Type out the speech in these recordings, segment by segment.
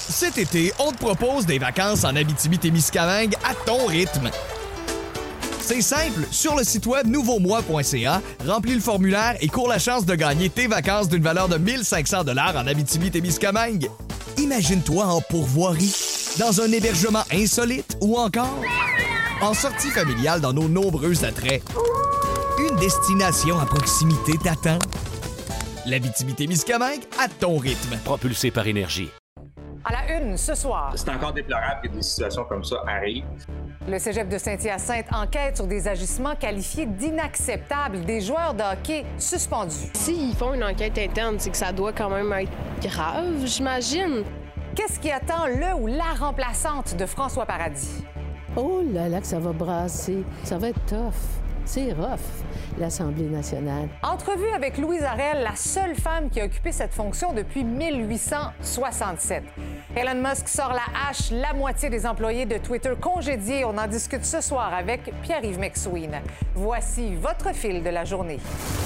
Cet été, on te propose des vacances en Abitibi-Témiscamingue à ton rythme. C'est simple, sur le site web nouveaumois.ca, remplis le formulaire et cours la chance de gagner tes vacances d'une valeur de 1 500 $ en Abitibi-Témiscamingue. Imagine-toi en pourvoirie, dans un hébergement insolite ou encore en sortie familiale dans nos nombreux attraits. Une destination à proximité t'attend. L'Abitibi-Témiscamingue à ton rythme. Propulsé par Énergie. À la une, ce soir. C'est encore déplorable que des situations comme ça arrivent. Le cégep de Saint-Hyacinthe enquête sur des agissements qualifiés d'inacceptables des joueurs de hockey suspendus. S'ils font une enquête interne, c'est que ça doit quand même être grave, j'imagine. Qu'est-ce qui attend le ou la remplaçante de François Paradis? Oh là là que ça va brasser. Ça va être tough. C'est rough, l'Assemblée nationale. Entrevue avec Louise Arel, la seule femme qui a occupé cette fonction depuis 1867. Elon Musk sort la hache, la moitié des employés de Twitter congédiés. On en discute ce soir avec Pierre-Yves McSween. Voici votre fil de la journée.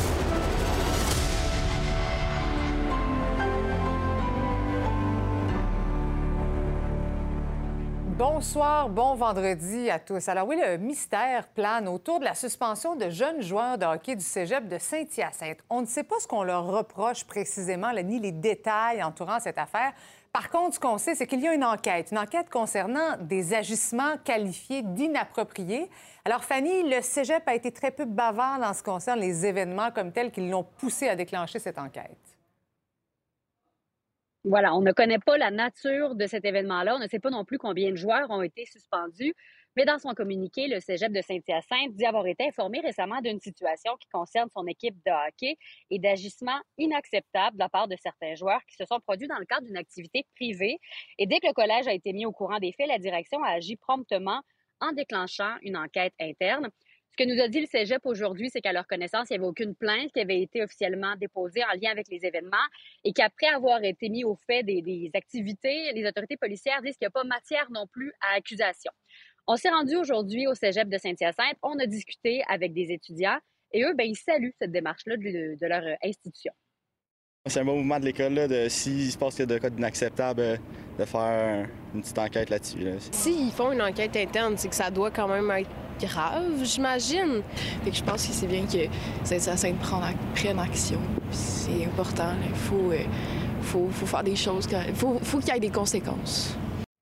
Bonsoir, bon vendredi à tous. Alors oui, le mystère plane autour de la suspension de jeunes joueurs de hockey du cégep de Saint-Hyacinthe. On ne sait pas ce qu'on leur reproche précisément, ni les détails entourant cette affaire. Par contre, ce qu'on sait, c'est qu'il y a une enquête concernant des agissements qualifiés d'inappropriés. Alors Fanny, le cégep a été très peu bavard en ce qui concerne les événements comme tels qui l'ont poussé à déclencher cette enquête. Voilà, on ne connaît pas la nature de cet événement-là. On ne sait pas non plus combien de joueurs ont été suspendus. Mais dans son communiqué, le cégep de Saint-Hyacinthe dit avoir été informé récemment d'une situation qui concerne son équipe de hockey et d'agissements inacceptables de la part de certains joueurs qui se sont produits dans le cadre d'une activité privée. Et dès que le collège a été mis au courant des faits, la direction a agi promptement en déclenchant une enquête interne. Ce que nous a dit le cégep aujourd'hui, c'est qu'à leur connaissance, il n'y avait aucune plainte qui avait été officiellement déposée en lien avec les événements et qu'après avoir été mis au fait des activités, les autorités policières disent qu'il n'y a pas matière non plus à accusation. On s'est rendu aujourd'hui au cégep de Saint-Hyacinthe. On a discuté avec des étudiants et eux, ils saluent cette démarche-là de leur institution. C'est un bon mouvement de l'école, là, s'il se passe qu'il y a de cas d'inacceptable, de faire une petite enquête là-dessus. Là. S'ils font une enquête interne, c'est que ça doit quand même être grave, j'imagine. Fait que je pense que c'est bien que Saint-Hyacinthe prenne action. C'est important. Il faut faire des choses. Il faut qu'il y ait des conséquences.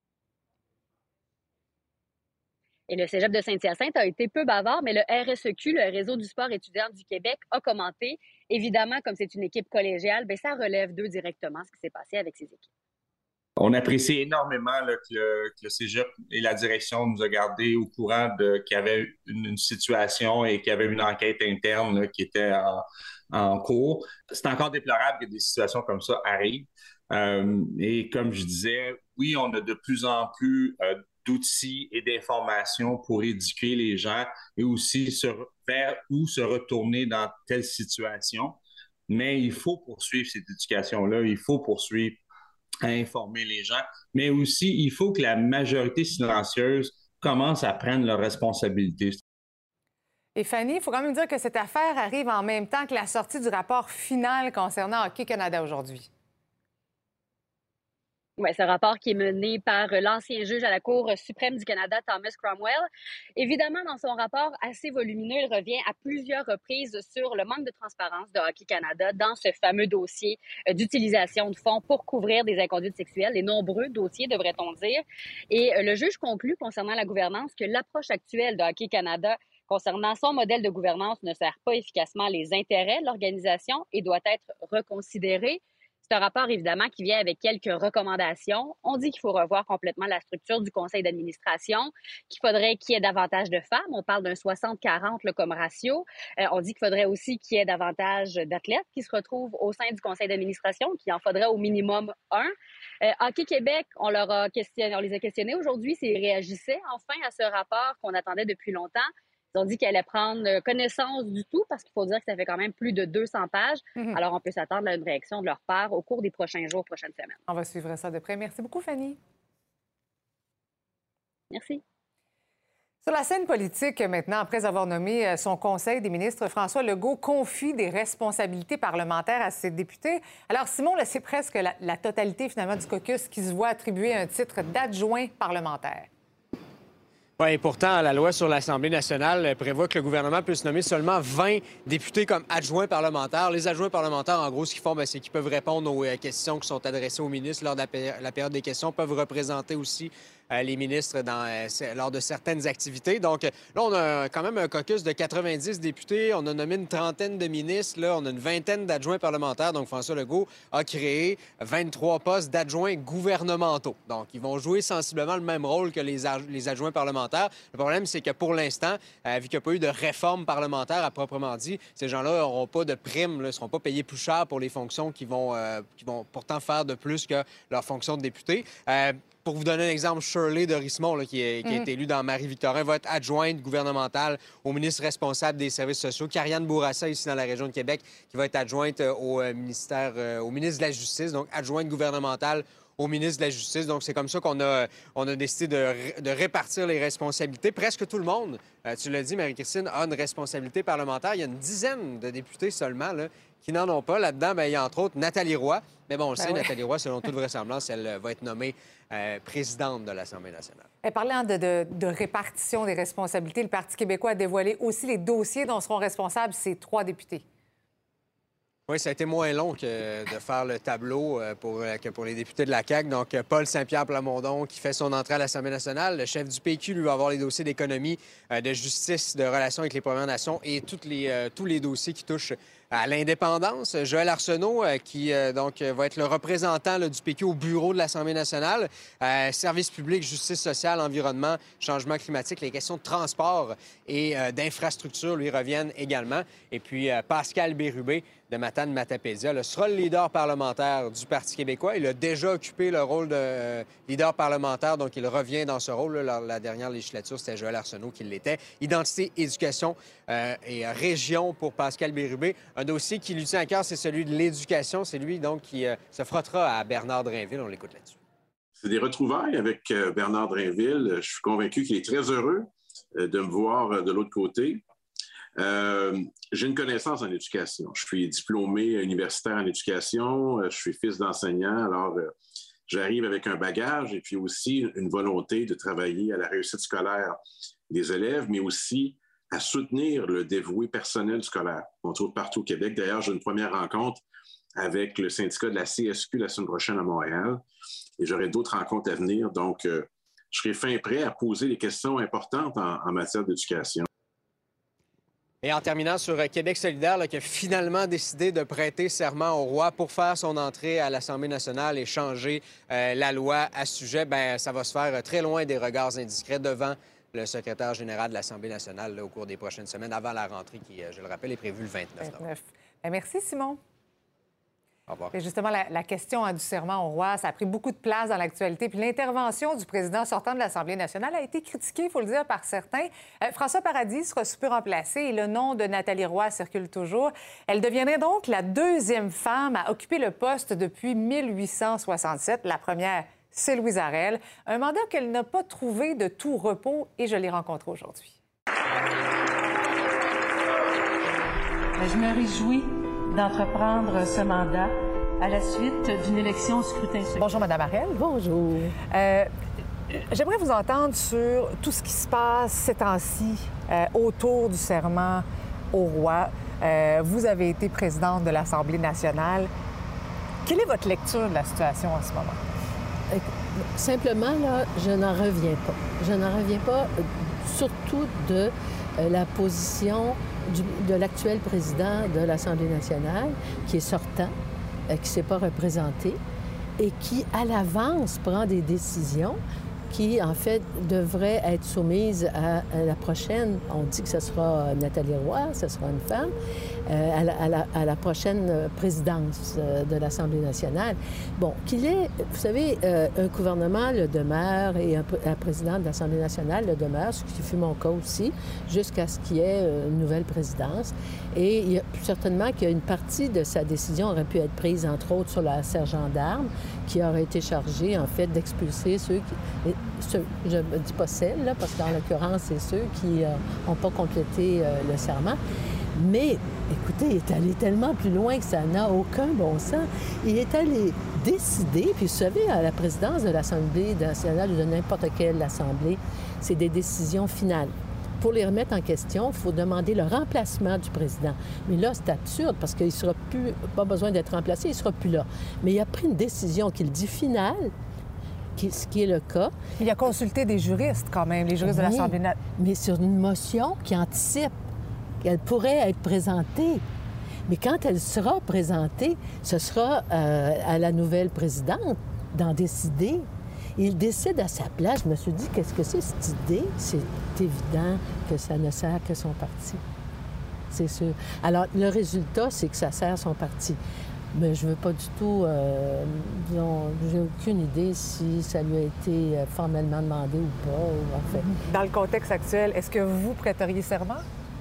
Et le cégep de Saint-Hyacinthe a été peu bavard, mais le RSEQ, le Réseau du sport étudiant du Québec, a commenté. Évidemment, comme c'est une équipe collégiale, ça relève d'eux directement ce qui s'est passé avec ces équipes. On apprécie énormément là, que le cégep et la direction nous a gardés au courant qu'il y avait une situation et qu'il y avait une enquête interne là, qui était en cours. C'est encore déplorable que des situations comme ça arrivent. Et comme je disais, oui, on a de plus en plus d'outils et d'informations pour éduquer les gens et aussi vers où se retourner dans telle situation. Mais il faut poursuivre cette éducation-là, il faut poursuivre à informer les gens, mais aussi il faut que la majorité silencieuse commence à prendre leurs responsabilités. Et Fanny, il faut quand même dire que cette affaire arrive en même temps que la sortie du rapport final concernant Hockey Canada aujourd'hui. Oui, ce rapport qui est mené par l'ancien juge à la Cour suprême du Canada, Thomas Cromwell. Évidemment, dans son rapport assez volumineux, il revient à plusieurs reprises sur le manque de transparence de Hockey Canada dans ce fameux dossier d'utilisation de fonds pour couvrir des inconduites sexuelles, les nombreux dossiers, devrait-on dire. Et le juge conclut concernant la gouvernance que l'approche actuelle de Hockey Canada concernant son modèle de gouvernance ne sert pas efficacement les intérêts de l'organisation et doit être reconsidérée. C'est un rapport, évidemment, qui vient avec quelques recommandations. On dit qu'il faut revoir complètement la structure du conseil d'administration, qu'il faudrait qu'il y ait davantage de femmes. On parle d'un 60-40 là, comme ratio. On dit qu'il faudrait aussi qu'il y ait davantage d'athlètes qui se retrouvent au sein du conseil d'administration, qu'il en faudrait au minimum un. Hockey Québec, on les a questionnés aujourd'hui s'ils réagissaient enfin à ce rapport qu'on attendait depuis longtemps. Ils ont dit qu'elle allait prendre connaissance du tout parce qu'il faut dire que ça fait quand même plus de 200 pages. Alors, on peut s'attendre à une réaction de leur part au cours des prochains jours, prochaines semaines. On va suivre ça de près. Merci beaucoup, Fanny. Merci. Sur la scène politique, maintenant, après avoir nommé son conseil des ministres, François Legault confie des responsabilités parlementaires à ses députés. Alors, Simon, là, c'est presque la totalité, finalement, du caucus qui se voit attribuer un titre d'adjoint parlementaire. Oui, et pourtant, la loi sur l'Assemblée nationale prévoit que le gouvernement puisse nommer seulement 20 députés comme adjoints parlementaires. Les adjoints parlementaires, en gros, ce qu'ils font, c'est qu'ils peuvent répondre aux questions qui sont adressées aux ministres lors de la période des questions, peuvent représenter aussi les ministres lors de certaines activités. Donc là, on a quand même un caucus de 90 députés. On a nommé une trentaine de ministres. Là, on a une vingtaine d'adjoints parlementaires. Donc, François Legault a créé 23 postes d'adjoints gouvernementaux. Donc, ils vont jouer sensiblement le même rôle que les adjoints parlementaires. Le problème, c'est que pour l'instant, vu qu'il n'y a pas eu de réforme parlementaire à proprement dit, ces gens-là n'auront pas de primes, ne seront pas payés plus cher pour les fonctions qui vont pourtant faire de plus que leur fonction de député. Pour vous donner un exemple, Shirley de Rismond, là, qui a été élue dans Marie-Victorin, va être adjointe gouvernementale au ministre responsable des services sociaux. Karianne Bourassa, ici dans la région de Québec, qui va être adjointe au ministre de la Justice, donc adjointe gouvernementale au ministre de la Justice. Donc, c'est comme ça qu'on a décidé de répartir les responsabilités. Presque tout le monde, tu l'as dit, Marie-Christine, a une responsabilité parlementaire. Il y a une dizaine de députés seulement là, qui n'en ont pas. Là-dedans, il y a entre autres Nathalie Roy. Mais bon, on le sait, oui. Nathalie Roy, selon toute vraisemblance, elle va être nommée présidente de l'Assemblée nationale. Et parlant de répartition des responsabilités, le Parti québécois a dévoilé aussi les dossiers dont seront responsables ces 3 députés. Oui, ça a été moins long que de faire le tableau que pour les députés de la CAQ. Donc, Paul Saint-Pierre Plamondon qui fait son entrée à l'Assemblée nationale. Le chef du PQ, lui, va avoir les dossiers d'économie, de justice, de relations avec les Premières Nations et tous les dossiers qui touchent à l'indépendance. Joël Arsenault, qui donc va être le représentant là, du PQ au bureau de l'Assemblée nationale. Services publics, justice sociale, environnement, changement climatique, les questions de transport et d'infrastructure lui reviennent également. Et puis Pascal Bérubé de Matane-Matapédia sera le leader parlementaire du Parti québécois. Il a déjà occupé le rôle de leader parlementaire, donc il revient dans ce rôle. Là, la dernière législature, c'était Joël Arsenault qui l'était. Identité, éducation et région pour Pascal Bérubé. Un dossier qui lui tient à cœur, c'est celui de l'éducation. C'est lui, donc, qui se frottera à Bernard Drainville. On l'écoute là-dessus. C'est des retrouvailles avec Bernard Drainville. Je suis convaincu qu'il est très heureux de me voir de l'autre côté. J'ai une connaissance en éducation. Je suis diplômé universitaire en éducation. Je suis fils d'enseignant. Alors, j'arrive avec un bagage et puis aussi une volonté de travailler à la réussite scolaire des élèves, mais aussi à soutenir le dévoué personnel scolaire. On trouve partout au Québec. D'ailleurs, j'ai une première rencontre avec le syndicat de la CSQ la semaine prochaine à Montréal et j'aurai d'autres rencontres à venir. Donc, je serai fin prêt à poser les questions importantes en matière d'éducation. Et en terminant sur Québec solidaire, là, qui a finalement décidé de prêter serment au roi pour faire son entrée à l'Assemblée nationale et changer la loi à ce sujet, ça va se faire très loin des regards indiscrets devant le secrétaire général de l'Assemblée nationale là, au cours des prochaines semaines, avant la rentrée qui, je le rappelle, est prévue le 29 novembre. Merci, Simon. Au revoir. Et justement, la question du serment au roi, ça a pris beaucoup de place dans l'actualité. Puis l'intervention du président sortant de l'Assemblée nationale a été critiquée, il faut le dire, par certains. François Paradis sera sous peu remplacé et le nom de Nathalie Roy circule toujours. Elle deviendrait donc la 2e femme à occuper le poste depuis 1867. La première, c'est Louise Arel. Un mandat qu'elle n'a pas trouvé de tout repos et je l'ai rencontrée aujourd'hui. Je me réjouis d'entreprendre ce mandat à la suite d'une élection au scrutin secret. Bonjour, Mme Arel. Bonjour. J'aimerais vous entendre sur tout ce qui se passe ces temps-ci autour du serment au roi. Vous avez été présidente de l'Assemblée nationale. Quelle est votre lecture de la situation en ce moment? Simplement, là, je n'en reviens pas. Je n'en reviens pas, surtout de la position de l'actuel président de l'Assemblée nationale, qui est sortant, qui ne s'est pas représenté, et qui, à l'avance, prend des décisions qui, en fait, devraient être soumises à la prochaine. On dit que ce sera Nathalie Roy, ce sera une femme. à la prochaine présidence de l'Assemblée nationale. Bon, qu'il ait, vous savez, un gouvernement le demeure et un président de l'Assemblée nationale le demeure, ce qui fut mon cas aussi, jusqu'à ce qu'il y ait une nouvelle présidence. Et il y a certainement qu'il y a une partie de sa décision aurait pu être prise, entre autres, sur la sergent d'armes, qui aurait été chargée, en fait, d'expulser je ne dis pas celle, là, parce qu'en l'occurrence, c'est ceux qui n'ont pas complété le serment. Mais, écoutez, il est allé tellement plus loin que ça n'a aucun bon sens. Il est allé décider, puis vous savez, à la présidence de l'Assemblée nationale ou de n'importe quelle assemblée, c'est des décisions finales. Pour les remettre en question, il faut demander le remplacement du président. Mais là, c'est absurde parce qu'il ne sera plus, pas besoin d'être remplacé, il ne sera plus là. Mais il a pris une décision qu'il dit finale, ce qui est le cas. Il a consulté des juristes quand même, les juristes de l'Assemblée nationale. Mais sur une motion qui anticipe qu'elle pourrait être présentée. Mais quand elle sera présentée, ce sera à la nouvelle présidente d'en décider. Il décide à sa place. Je me suis dit, qu'est-ce que c'est cette idée? C'est évident que ça ne sert que son parti. C'est sûr. Alors, le résultat, c'est que ça sert son parti. Mais je ne veux pas du tout... j'ai aucune idée si ça lui a été formellement demandé ou pas. Ou, en fait. Dans le contexte actuel, est-ce que vous prêteriez serment?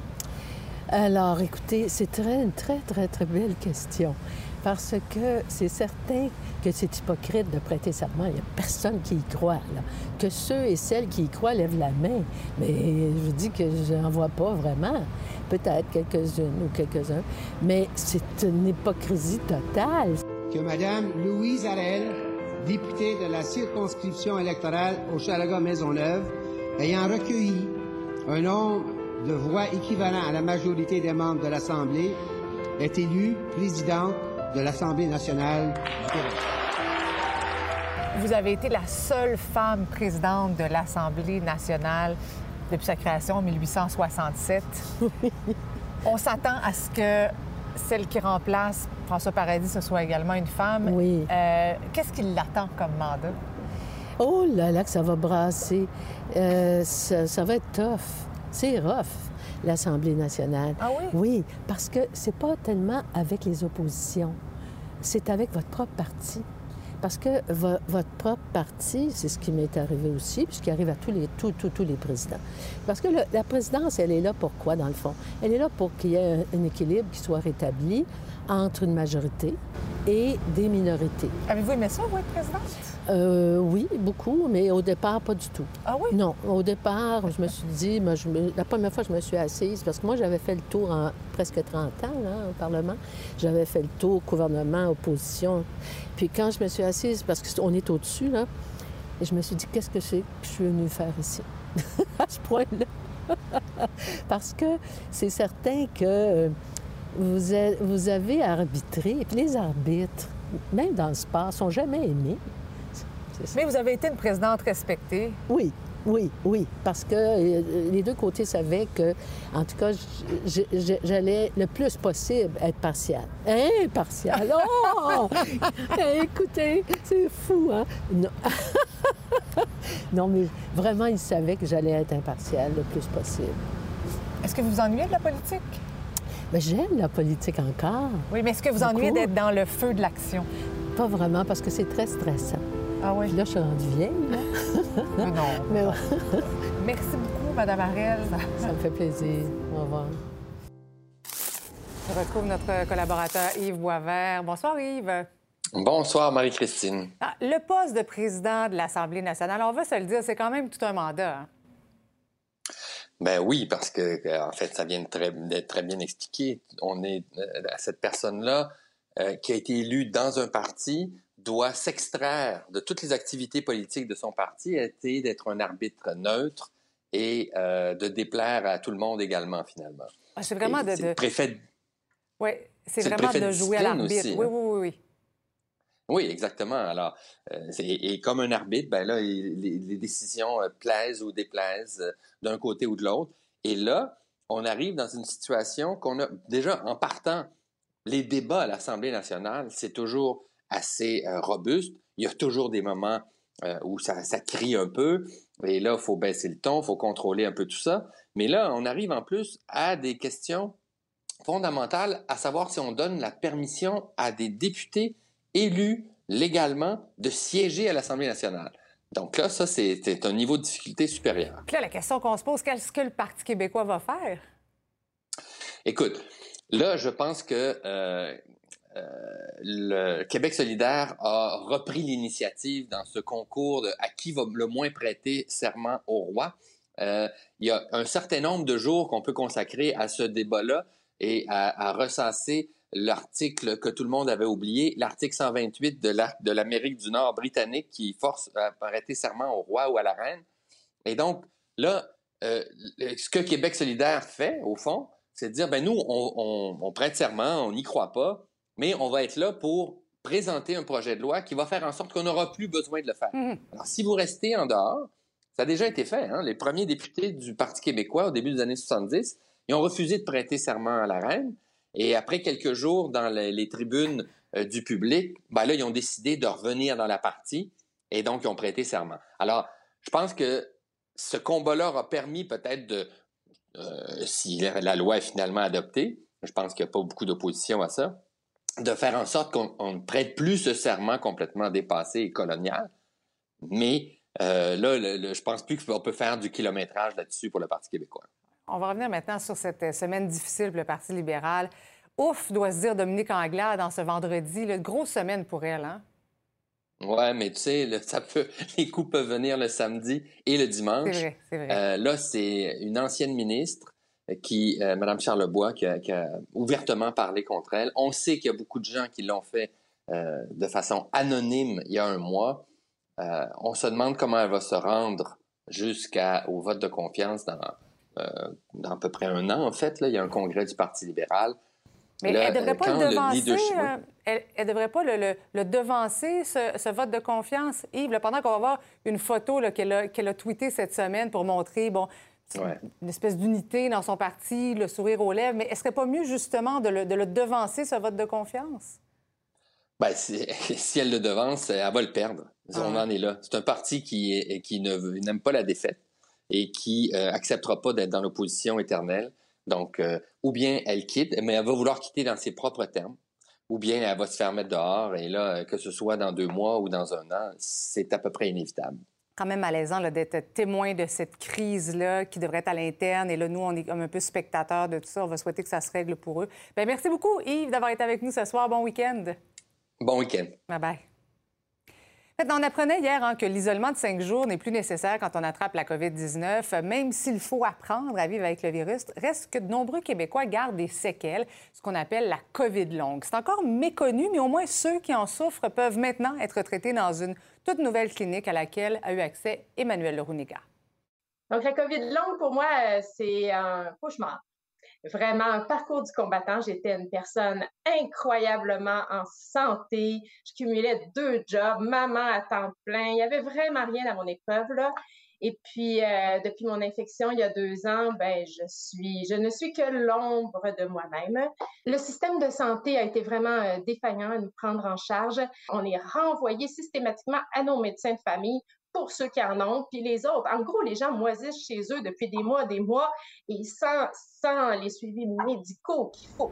Alors, écoutez, c'est une très, très, très belle question. Parce que c'est certain que c'est hypocrite de prêter serment. Il n'y a personne qui y croit, là. Que ceux et celles qui y croient lèvent la main. Mais je dis que je n'en vois pas vraiment. Peut-être quelques-unes ou quelques-uns. Mais c'est une hypocrisie totale. Que Mme Louise Arel, députée de la circonscription électorale Hochelaga-Maisonneuve, ayant recueilli un nombre de voix équivalent à la majorité des membres de l'Assemblée, est élue présidente de l'Assemblée nationale du Québec. Vous avez été la seule femme présidente de l'Assemblée nationale depuis sa création en 1867. On s'attend à ce que celle qui remplace François Paradis, ce soit également une femme. Oui. Qu'est-ce qui l'attend comme mandat? Oh là là, que ça va brasser. Ça va être tough. C'est rough, l'Assemblée nationale. Ah oui? Oui, parce que c'est pas tellement avec les oppositions. C'est avec votre propre parti. Parce que votre propre parti, c'est ce qui m'est arrivé aussi, puis ce qui arrive à tous les présidents. Parce que la présidence, elle est là pour quoi, dans le fond? Elle est là pour qu'il y ait un équilibre qui soit rétabli entre une majorité et des minorités. Avez-vous aimé ça, vous, être présidente? Oui, beaucoup, mais au départ, pas du tout. Ah oui? Non, au départ, je me suis dit, la première fois, je me suis assise, parce que moi, j'avais fait le tour en presque 30 ans, là, au Parlement. J'avais fait le tour gouvernement, opposition. Puis quand je me suis assise, parce qu'on est au-dessus, là, et je me suis dit, qu'est-ce que c'est que je suis venue faire ici, à ce point-là? Parce que c'est certain que vous avez arbitré, et puis les arbitres, même dans le sport, sont jamais aimés. Mais vous avez été une présidente respectée. Oui, oui, oui, parce que les deux côtés savaient que, en tout cas, j'allais le plus possible être partiale. Impartiale! Oh! Écoutez, c'est fou, hein? Non. Non, mais vraiment, ils savaient que j'allais être impartiale le plus possible. Est-ce que vous vous ennuyez de la politique? Bien, j'aime la politique encore. Oui, mais est-ce que vous ennuyez d'être dans le feu de l'action? Pas vraiment, parce que c'est très stressant. Ah oui? Puis là, je suis rendue vieille, là. Mais non. Mais... Merci beaucoup, Mme Arel. Ça me fait plaisir. Au revoir. Je retrouve notre collaborateur Yves Boisvert. Bonsoir, Yves. Bonsoir, Marie-Christine. Le poste de président de l'Assemblée nationale, on va se le dire, c'est quand même tout un mandat. Hein? Ben oui, parce que en fait, ça vient d'être très bien expliqué. On est cette personne-là qui a été élue dans un parti doit s'extraire de toutes les activités politiques de son parti, et d'être un arbitre neutre et de déplaire à tout le monde également, finalement. Ah, c'est vraiment c'est le préfet. Oui, c'est vraiment de jouer à l'arbitre. Aussi, oui, hein? oui. Oui, exactement. Alors, et comme un arbitre, ben là, les décisions plaisent ou déplaisent d'un côté ou de l'autre. Et là, on arrive dans une situation qu'on a déjà en partant. Les débats à l'Assemblée nationale, c'est toujours assez robuste. Il y a toujours des moments où ça crie un peu. Et là, il faut baisser le ton, il faut contrôler un peu tout ça. Mais là, on arrive en plus à des questions fondamentale, à savoir si on donne la permission à des députés élus légalement de siéger à l'Assemblée nationale. Donc là, ça, c'est un niveau de difficulté supérieur. Puis là, la question qu'on se pose, qu'est-ce que le Parti québécois va faire? Écoute, là, je pense que le Québec solidaire a repris l'initiative dans ce concours de à qui va le moins prêter serment au roi. Il y a un certain nombre de jours qu'on peut consacrer à ce débat-là et à ressasser l'article que tout le monde avait oublié, l'article 128 de l'Amérique du Nord britannique qui force à prêter serment au roi ou à la reine. Et donc, là, ce que Québec solidaire fait, au fond, c'est de dire, ben nous, on prête serment, on n'y croit pas, mais on va être là pour présenter un projet de loi qui va faire en sorte qu'on n'aura plus besoin de le faire. Alors, si vous restez en dehors, ça a déjà été fait, hein? Les premiers députés du Parti québécois, au début des années 70, ils ont refusé de prêter serment à la reine. Et après quelques jours dans les tribunes du public, ben là, ils ont décidé de revenir dans la partie et donc ils ont prêté serment. Alors, je pense que ce combat-là aura permis peut-être de, si la loi est finalement adoptée, je pense qu'il n'y a pas beaucoup d'opposition à ça, de faire en sorte qu'on ne prête plus ce serment complètement dépassé et colonial. Mais là, je pense plus qu'on peut faire du kilométrage là-dessus pour le Parti québécois. On va revenir maintenant sur cette semaine difficile pour le Parti libéral. Ouf, doit se dire Dominique Anglade dans ce vendredi. Grosse semaine pour elle, hein? Ouais, mais tu sais, les coups peuvent venir le samedi et le dimanche. C'est vrai. Là, c'est une ancienne ministre Mme Charlebois, qui a ouvertement parlé contre elle. On sait qu'il y a beaucoup de gens qui l'ont fait de façon anonyme il y a un mois. On se demande comment elle va se rendre jusqu'au vote de confiance dans à peu près un an, en fait. Là, il y a un congrès du Parti libéral. Mais là, elle ne devrait pas le devancer, elle devrait pas le devancer, ce vote de confiance. Yves, là, pendant qu'on va voir une photo qu'elle a tweetée cette semaine pour montrer une espèce d'unité dans son parti, le sourire aux lèvres, mais est-ce serait pas mieux, justement, de le devancer, ce vote de confiance? Bien, si elle le devance, elle va le perdre. On en est là. C'est un parti qui n'aime pas la défaite et qui acceptera pas d'être dans l'opposition éternelle. Donc, ou bien elle quitte, mais elle va vouloir quitter dans ses propres termes, ou bien elle va se faire mettre dehors, et là, que ce soit dans 2 mois ou dans 1 an, c'est à peu près inévitable. Quand même malaisant là, d'être témoin de cette crise-là qui devrait être à l'interne. Et là, nous, on est comme un peu spectateurs de tout ça. On va souhaiter que ça se règle pour eux. Bien, merci beaucoup, Yves, d'avoir été avec nous ce soir. Bon week-end. Bon week-end. Bye-bye. On apprenait hier que l'isolement de 5 jours n'est plus nécessaire quand on attrape la COVID-19. Même s'il faut apprendre à vivre avec le virus, reste que de nombreux Québécois gardent des séquelles, ce qu'on appelle la COVID longue. C'est encore méconnu, mais au moins ceux qui en souffrent peuvent maintenant être traités dans une toute nouvelle clinique à laquelle a eu accès Emmanuel Lerouniga. Donc, la COVID longue, pour moi, c'est un cauchemar. Vraiment, un parcours du combattant. J'étais une personne incroyablement en santé. Je cumulais 2 jobs, maman à temps plein. Il n'y avait vraiment rien à mon épreuve, là. Et puis, depuis mon infection il y a 2 ans, je ne suis que l'ombre de moi-même. Le système de santé a été vraiment défaillant à nous prendre en charge. On est renvoyé systématiquement à nos médecins de famille pour ceux qui en ont, puis les autres. En gros, les gens moisissent chez eux depuis des mois, et sans les suivis médicaux qu'il faut.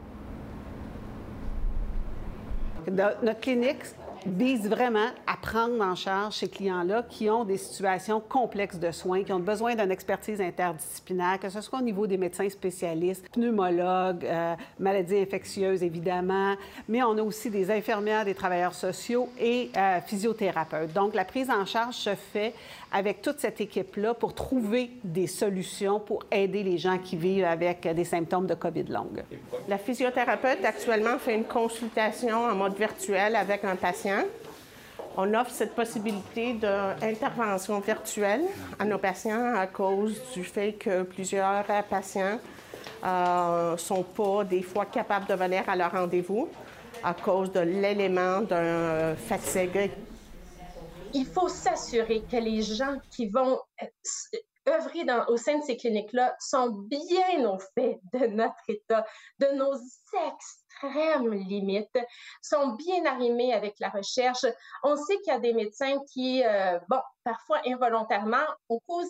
Notre clinique vise vraiment à prendre en charge ces clients-là qui ont des situations complexes de soins, qui ont besoin d'une expertise interdisciplinaire, que ce soit au niveau des médecins spécialistes, pneumologues, maladies infectieuses, évidemment, mais on a aussi des infirmières, des travailleurs sociaux et physiothérapeutes. Donc, la prise en charge se fait avec toute cette équipe-là pour trouver des solutions pour aider les gens qui vivent avec des symptômes de COVID longue. La physiothérapeute actuellement fait une consultation en mode virtuel avec un patient. On offre cette possibilité d'intervention virtuelle à nos patients à cause du fait que plusieurs patients ne sont pas des fois capables de venir à leur rendez-vous à cause de l'élément d'un fatigue. Il faut s'assurer que les gens qui vont œuvrer au sein de ces cliniques-là sont bien au fait de notre état, de nos extrêmes limites, sont bien arrimés avec la recherche. On sait qu'il y a des médecins qui, parfois involontairement, ont causé du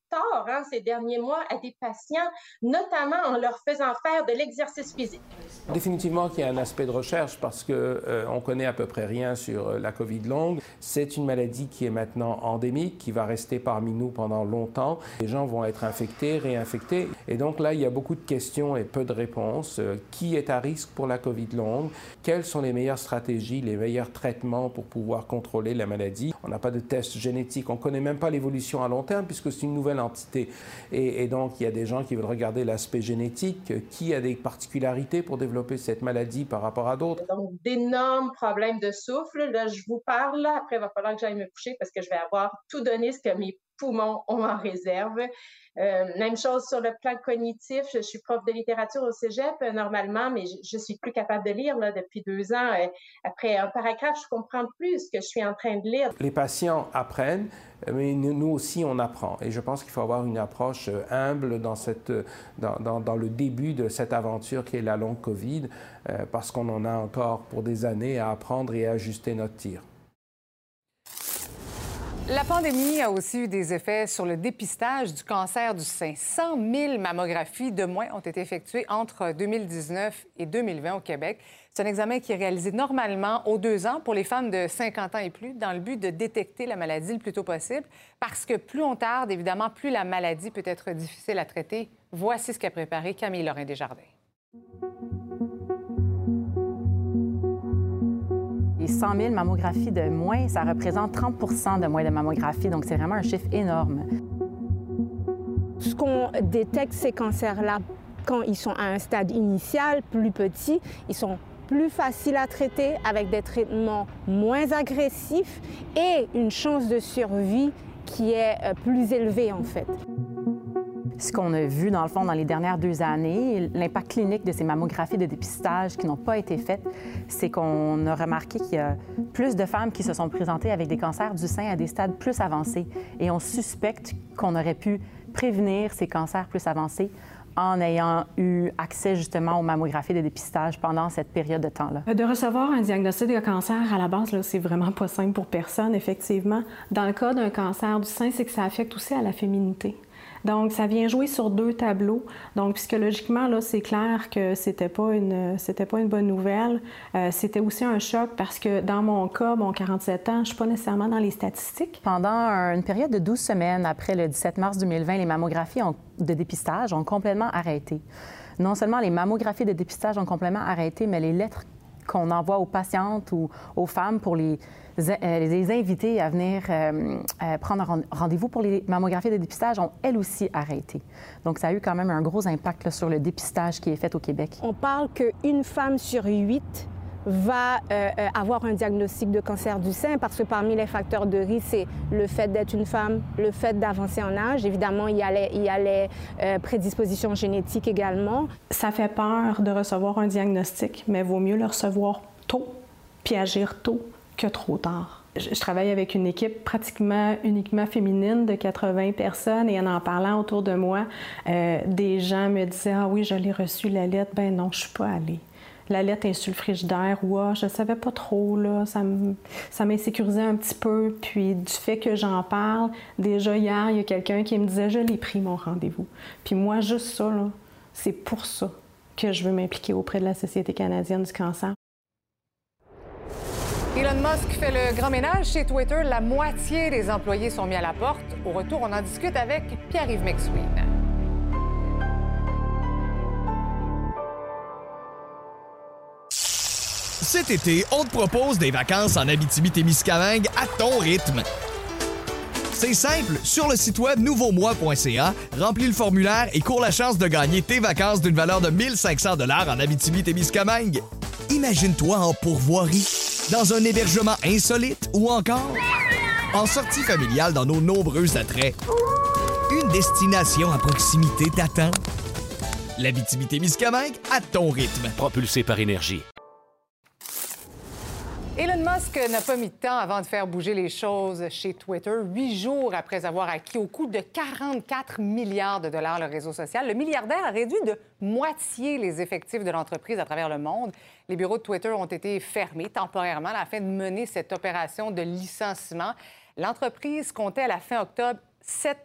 tort ces derniers mois à des patients, notamment en leur faisant faire de l'exercice physique. Définitivement qu'il y a un aspect de recherche parce qu'on connaît à peu près rien sur la COVID longue. C'est une maladie qui est maintenant endémique, qui va rester parmi nous pendant longtemps. Les gens vont être infectés, réinfectés. Et donc là, il y a beaucoup de questions et peu de réponses. Qui est à risque pour la COVID longue? Quelles sont les meilleures stratégies, les meilleurs traitements pour pouvoir contrôler la maladie? On n'a pas de test génétique. On ne connaît même pas l'évolution à long terme puisque c'est une nouvelle entité. Et donc, il y a des gens qui veulent regarder l'aspect génétique. Qui a des particularités pour développer cette maladie par rapport à d'autres? Donc, d'énormes problèmes de souffle. Là, je vous parle. Là. Après, il va falloir que j'aille me coucher parce que je vais avoir tout donné ce que mes poumons ont en réserve. Même chose sur le plan cognitif. Je suis prof de littérature au cégep normalement, mais je suis plus capable de lire là, depuis 2 ans. Après un paragraphe, je comprends plus ce que je suis en train de lire. Les patients apprennent, mais nous aussi, on apprend. Et je pense qu'il faut avoir une approche humble dans le début de cette aventure qui est la longue COVID, parce qu'on en a encore pour des années à apprendre et à ajuster notre tir. La pandémie a aussi eu des effets sur le dépistage du cancer du sein. 100 000 mammographies de moins ont été effectuées entre 2019 et 2020 au Québec. C'est un examen qui est réalisé normalement aux 2 ans pour les femmes de 50 ans et plus dans le but de détecter la maladie le plus tôt possible parce que plus on tarde, évidemment, plus la maladie peut être difficile à traiter. Voici ce qu'a préparé Camille Lorrain-Desjardins. Les 100 000 mammographies de moins, ça représente 30 % de moins de mammographies, donc c'est vraiment un chiffre énorme. Ce qu'on détecte, ces cancers-là, quand ils sont à un stade initial, plus petit, ils sont plus faciles à traiter avec des traitements moins agressifs et une chance de survie qui est plus élevée, en fait. Ce qu'on a vu, dans le fond, dans les dernières 2 années, l'impact clinique de ces mammographies de dépistage qui n'ont pas été faites, c'est qu'on a remarqué qu'il y a plus de femmes qui se sont présentées avec des cancers du sein à des stades plus avancés. Et on suspecte qu'on aurait pu prévenir ces cancers plus avancés en ayant eu accès justement aux mammographies de dépistage pendant cette période de temps-là. De recevoir un diagnostic de cancer, à la base, là, c'est vraiment pas simple pour personne, effectivement. Dans le cas d'un cancer du sein, c'est que ça affecte aussi à la féminité. Donc, ça vient jouer sur 2 tableaux. Donc, psychologiquement, là, c'est clair que c'était pas une bonne nouvelle. C'était aussi un choc parce que dans mon cas, mon 47 ans, je suis pas nécessairement dans les statistiques. Pendant une période de 12 semaines après le 17 mars 2020, les mammographies de dépistage ont complètement arrêté. Non seulement les mammographies de dépistage ont complètement arrêté, mais les lettres qu'on envoie aux patientes ou aux femmes pour les inviter à venir prendre rendez-vous pour les mammographies de dépistage ont, elles aussi, arrêté. Donc, ça a eu quand même un gros impact là, sur le dépistage qui est fait au Québec. On parle qu'une femme sur 8 va avoir un diagnostic de cancer du sein parce que parmi les facteurs de risque, c'est le fait d'être une femme, le fait d'avancer en âge. Évidemment, il y a les prédispositions génétiques également. Ça fait peur de recevoir un diagnostic, mais il vaut mieux le recevoir tôt puis agir tôt que trop tard. Je travaille avec une équipe pratiquement uniquement féminine de 80 personnes et en parlant autour de moi, des gens me disaient « Ah oui, je l'ai reçu la lettre. » Ben non, je suis pas allée. La lettre est sur le frigidaire ou « Ah, je savais pas trop, là. » Ça m'insécurisait un petit peu. Puis du fait que j'en parle, déjà hier, il y a quelqu'un qui me disait « Je l'ai pris, mon rendez-vous. » Puis moi, juste ça, là, c'est pour ça que je veux m'impliquer auprès de la Société canadienne du cancer. Elon Musk fait le grand ménage chez Twitter. La moitié des employés sont mis à la porte. Au retour, on en discute avec Pierre-Yves McSween. Cet été, on te propose des vacances en Abitibi-Témiscamingue à ton rythme. C'est simple, sur le site web nouveaumois.ca, remplis le formulaire et cours la chance de gagner tes vacances d'une valeur de 1 500 $ en Abitibi-Témiscamingue. Imagine-toi en pourvoirie, dans un hébergement insolite ou encore en sortie familiale dans nos nombreux attraits. Une destination à proximité t'attend. L'Abitibi-Témiscamingue à ton rythme. Propulsé par Énergie. Elon Musk n'a pas mis de temps avant de faire bouger les choses chez Twitter. 8 jours après avoir acquis au coût de 44 milliards de dollars le réseau social, le milliardaire a réduit de moitié les effectifs de l'entreprise à travers le monde. Les bureaux de Twitter ont été fermés temporairement afin de mener cette opération de licenciement. L'entreprise comptait à la fin octobre 7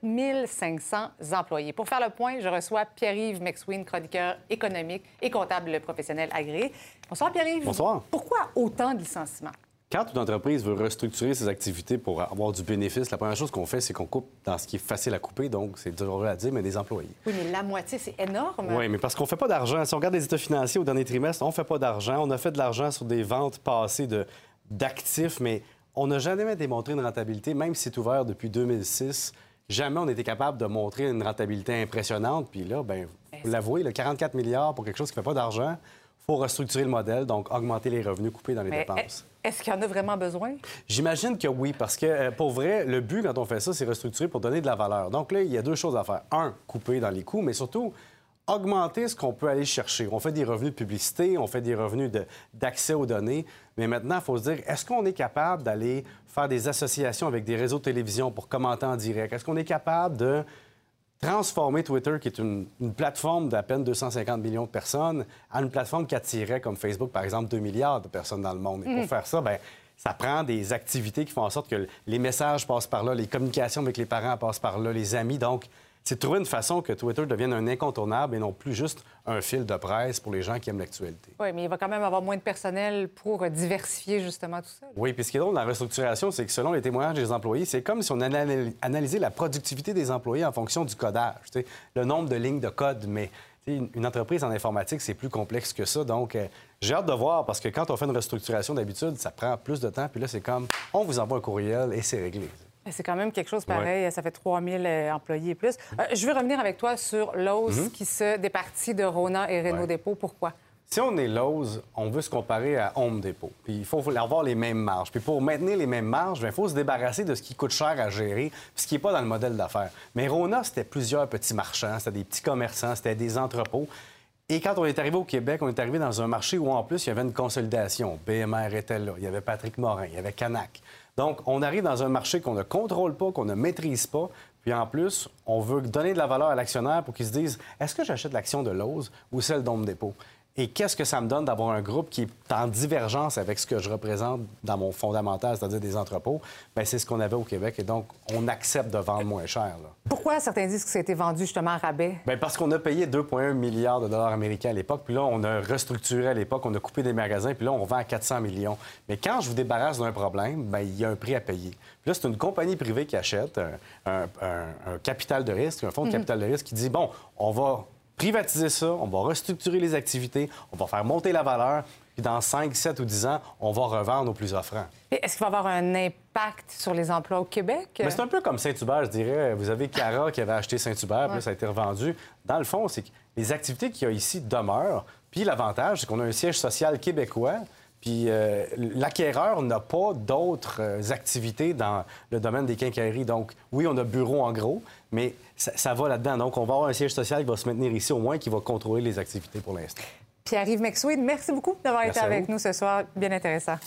500 employés. Pour faire le point, je reçois Pierre-Yves McSween, chroniqueur économique et comptable professionnel agréé. Bonsoir, Pierre-Yves. Bonsoir. Pourquoi autant de licenciements? Quand une entreprise veut restructurer ses activités pour avoir du bénéfice, la première chose qu'on fait, c'est qu'on coupe dans ce qui est facile à couper, donc c'est dur à dire, mais des employés. Oui, mais la moitié, c'est énorme. Oui, mais parce qu'on ne fait pas d'argent. Si on regarde les états financiers au dernier trimestre, on ne fait pas d'argent. On a fait de l'argent sur des ventes passées d'actifs, mais on n'a jamais démontré une rentabilité, même si c'est ouvert depuis 2006. Jamais on était capable de montrer une rentabilité impressionnante. Puis là, bien, vous l'avouez, le 44 milliards pour quelque chose qui ne fait pas d'argent, il faut restructurer le modèle, donc augmenter les revenus, couper dans les dépenses. Est-ce qu'il y en a vraiment besoin? J'imagine que oui, parce que, pour vrai, le but, quand on fait ça, c'est restructurer pour donner de la valeur. Donc là, il y a deux choses à faire. Un, couper dans les coûts, mais surtout, augmenter ce qu'on peut aller chercher. On fait des revenus de publicité, on fait des revenus d'accès aux données, mais maintenant, il faut se dire, est-ce qu'on est capable d'aller faire des associations avec des réseaux de télévision pour commenter en direct? Est-ce qu'on est capable de transformer Twitter, qui est une plateforme d'à peine 250 millions de personnes, à une plateforme qui attirait, comme Facebook, par exemple, 2 milliards de personnes dans le monde? Et pour faire ça, bien, ça prend des activités qui font en sorte que les messages passent par là, les communications avec les parents passent par là, les amis. Donc, c'est de trouver une façon que Twitter devienne un incontournable et non plus juste un fil de presse pour les gens qui aiment l'actualité. Oui, mais il va quand même avoir moins de personnel pour diversifier justement tout ça. Oui, puis ce qui est drôle dans la restructuration, c'est que selon les témoignages des employés, c'est comme si on analysait la productivité des employés en fonction du codage, le nombre de lignes de code. Mais une entreprise en informatique, c'est plus complexe que ça. Donc, j'ai hâte de voir parce que quand on fait une restructuration, d'habitude, ça prend plus de temps. Puis là, c'est comme, on vous envoie un courriel et c'est réglé. C'est quand même quelque chose pareil. Ouais. Ça fait 3 000 employés et plus. Je veux revenir avec toi sur Lowe's qui se départit de Rona et Renault Dépôt. Pourquoi? Si on est Lowe's, on veut se comparer à Home Depot. Puis il faut avoir les mêmes marges. Puis pour maintenir les mêmes marges, il faut se débarrasser de ce qui coûte cher à gérer puis ce qui n'est pas dans le modèle d'affaires. Mais Rona, c'était plusieurs petits marchands, c'était des petits commerçants, c'était des entrepôts. Et quand on est arrivé au Québec, on est arrivé dans un marché où, en plus, il y avait une consolidation. BMR était là, il y avait Patrick Morin, il y avait Canac. Donc, on arrive dans un marché qu'on ne contrôle pas, qu'on ne maîtrise pas. Puis en plus, on veut donner de la valeur à l'actionnaire pour qu'il se dise, est-ce que j'achète l'action de Lowe's ou celle d'Home Depot? Et qu'est-ce que ça me donne d'avoir un groupe qui est en divergence avec ce que je représente dans mon fondamental, c'est-à-dire des entrepôts? Bien, c'est ce qu'on avait au Québec et donc on accepte de vendre moins cher. Là. Pourquoi certains disent que ça a été vendu justement à rabais? Bien, parce qu'on a payé 2,1 milliards de dollars américains à l'époque, puis là, on a restructuré à l'époque, on a coupé des magasins, puis là, on vend à 400 millions. Mais quand je vous débarrasse d'un problème, bien, il y a un prix à payer. Puis là, c'est une compagnie privée qui achète un capital de risque, un fonds de capital de risque qui dit, bon, on va privatiser ça, on va restructurer les activités, on va faire monter la valeur, puis dans 5, 7 ou 10 ans, on va revendre aux plus offrants. Est-ce qu'il va avoir un impact sur les emplois au Québec? Mais c'est un peu comme Saint-Hubert, je dirais. Vous avez Cara qui avait acheté Saint-Hubert, puis là, ça a été revendu. Dans le fond, c'est que les activités qu'il y a ici demeurent, puis l'avantage, c'est qu'on a un siège social québécois, puis l'acquéreur n'a pas d'autres activités dans le domaine des quincailleries. Donc, oui, on a bureau en gros, mais ça va là-dedans. Donc, on va avoir un siège social qui va se maintenir ici, au moins, qui va contrôler les activités pour l'instant. Pierre-Yves McSween, merci beaucoup d'avoir été avec nous ce soir. Bien intéressant.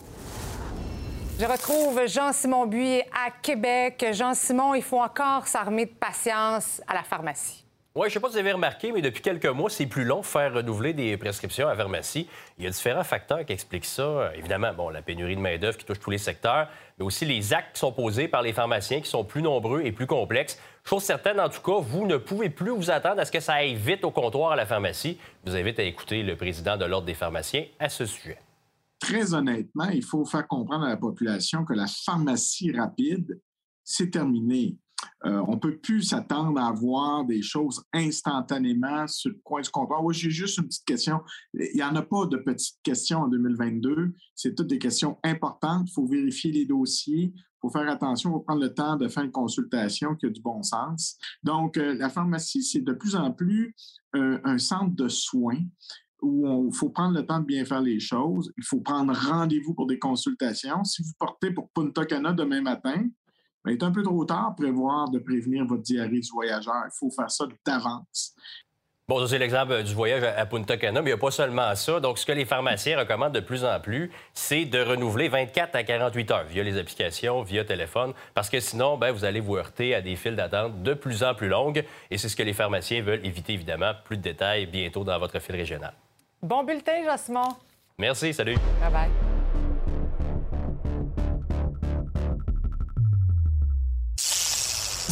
Je retrouve Jean-Simon Buis à Québec. Jean-Simon, il faut encore s'armer de patience à la pharmacie. Oui, je ne sais pas si vous avez remarqué, mais depuis quelques mois, c'est plus long de faire renouveler des prescriptions à la pharmacie. Il y a différents facteurs qui expliquent ça. Évidemment, bon, la pénurie de main-d'œuvre qui touche tous les secteurs, mais aussi les actes qui sont posés par les pharmaciens qui sont plus nombreux et plus complexes. Chose certaine, en tout cas, vous ne pouvez plus vous attendre à ce que ça aille vite au comptoir à la pharmacie. Je vous invite à écouter le président de l'Ordre des pharmaciens à ce sujet. Très honnêtement, il faut faire comprendre à la population que la pharmacie rapide, c'est terminé. On ne peut plus s'attendre à avoir des choses instantanément sur le coin du comptoir. Oui, j'ai juste une petite question. Il n'y en a pas de petites questions en 2022. C'est toutes des questions importantes. Il faut vérifier les dossiers. Il faut faire attention. Il faut prendre le temps de faire une consultation qui a du bon sens. Donc, la pharmacie, c'est de plus en plus un centre de soins où il faut prendre le temps de bien faire les choses. Il faut prendre rendez-vous pour des consultations. Si vous partez pour Punta Cana demain matin, il est un peu trop tard de prévenir votre diarrhée du voyageur. Il faut faire ça d'avance. Bon, ça, c'est l'exemple du voyage à Punta Cana, mais il n'y a pas seulement ça. Donc, ce que les pharmaciens recommandent de plus en plus, c'est de renouveler 24 à 48 heures via les applications, via téléphone, parce que sinon, vous allez vous heurter à des files d'attente de plus en plus longues. Et c'est ce que les pharmaciens veulent éviter, évidemment. Plus de détails bientôt dans votre fil régional. Bon bulletin, Jean-Simon. Merci, salut. Bye-bye.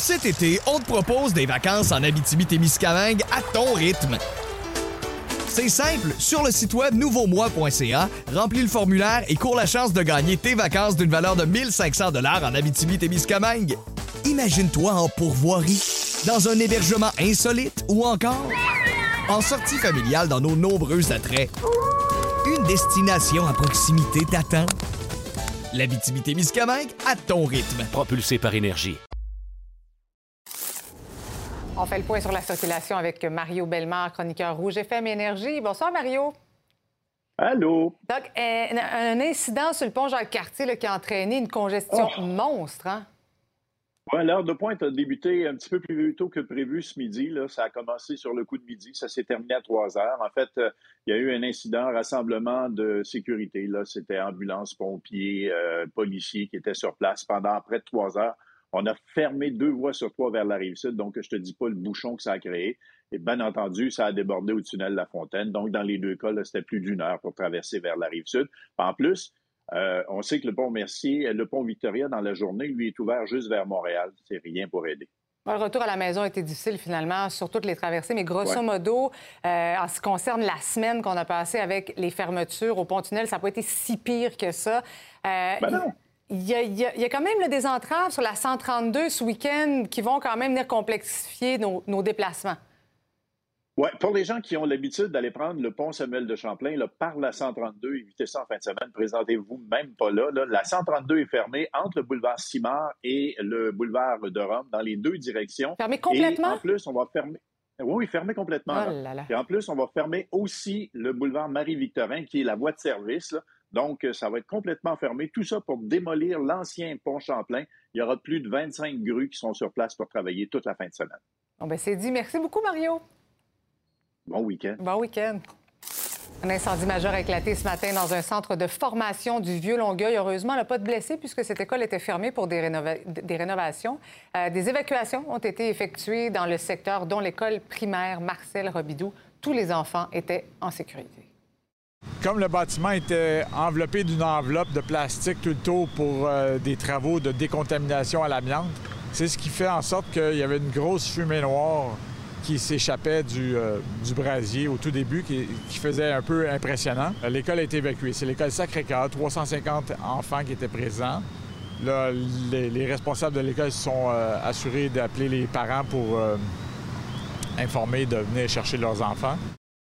Cet été, on te propose des vacances en Abitibi-Témiscamingue à ton rythme. C'est simple, sur le site web nouveaumois.ca, remplis le formulaire et cours la chance de gagner tes vacances d'une valeur de 1 500 $ en Abitibi-Témiscamingue. Imagine-toi en pourvoirie, dans un hébergement insolite ou encore en sortie familiale dans nos nombreux attraits. Une destination à proximité t'attend. L'Abitibi-Témiscamingue à ton rythme. Propulsé par Énergie. On fait le point sur la circulation avec Mario Bellemare, chroniqueur Rouge FM Énergie. Bonsoir, Mario. Allô. Donc, un incident sur le pont Jacques-Cartier qui a entraîné une congestion monstre, hein? Ouais, l'heure de pointe a débuté un petit peu plus tôt que prévu ce midi. Là. Ça a commencé sur le coup de midi. Ça s'est terminé à 3 heures. En fait, il y a eu un incident, rassemblement de sécurité. Là, c'était ambulance, pompiers, policiers qui étaient sur place pendant près de 3 heures. On a fermé 2 voies sur 3 vers la Rive-Sud. Donc, je te dis pas le bouchon que ça a créé. Et bien entendu, ça a débordé au tunnel La Fontaine. Donc, dans les 2 cas, là, c'était plus d'1 heure pour traverser vers la Rive-Sud. En plus, on sait que le pont Mercier, le pont Victoria, dans la journée, lui, est ouvert juste vers Montréal. C'est rien pour aider. Le retour à la maison a été difficile, finalement, sur toutes les traversées. Mais grosso modo, en ce qui concerne la semaine qu'on a passée avec les fermetures au pont-tunnel, ça n'a pas été si pire que ça. Non. Il y a quand même des entraves sur la 132 ce week-end qui vont quand même venir complexifier nos déplacements. Oui, pour les gens qui ont l'habitude d'aller prendre le pont Samuel de Champlain là, par la 132, évitez ça en fin de semaine, présentez-vous même pas là. La 132 est fermée entre le boulevard Simard et le boulevard de Rome, dans les 2 directions. Fermée complètement? Et en plus, on va fermer... Oui, fermé complètement. Oh là là. Et en plus, on va fermer aussi le boulevard Marie-Victorin, qui est la voie de service. Là. Donc, ça va être complètement fermé. Tout ça pour démolir l'ancien pont Champlain. Il y aura plus de 25 grues qui sont sur place pour travailler toute la fin de semaine. Bon, ben c'est dit. Merci beaucoup, Mario. Bon week-end. Bon week-end. Un incendie majeur a éclaté ce matin dans un centre de formation du Vieux-Longueuil. Heureusement, il n'y a pas de blessés puisque cette école était fermée pour des rénovations. Des évacuations ont été effectuées dans le secteur, dont l'école primaire Marcel Robidoux. Tous les enfants étaient en sécurité. Comme le bâtiment était enveloppé d'une enveloppe de plastique tout le tour pour des travaux de décontamination à l'amiante, c'est ce qui fait en sorte qu'il y avait une grosse fumée noire qui s'échappait du brasier au tout début, qui faisait un peu impressionnant. L'école a été évacuée. C'est l'école Sacré-Cœur, 350 enfants qui étaient présents. Là, les responsables de l'école se sont assurés d'appeler les parents pour informer de venir chercher leurs enfants.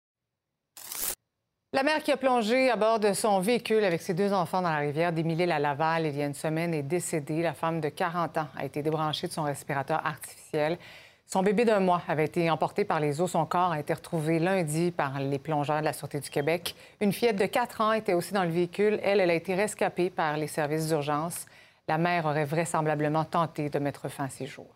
La mère qui a plongé à bord de son véhicule avec ses 2 enfants dans la rivière d'Émile-la-Laval il y a une semaine est décédée. La femme de 40 ans a été débranchée de son respirateur artificiel. Son bébé d'1 mois avait été emporté par les eaux. Son corps a été retrouvé lundi par les plongeurs de la Sûreté du Québec. Une fillette de 4 ans était aussi dans le véhicule. Elle a été rescapée par les services d'urgence. La mère aurait vraisemblablement tenté de mettre fin à ses jours.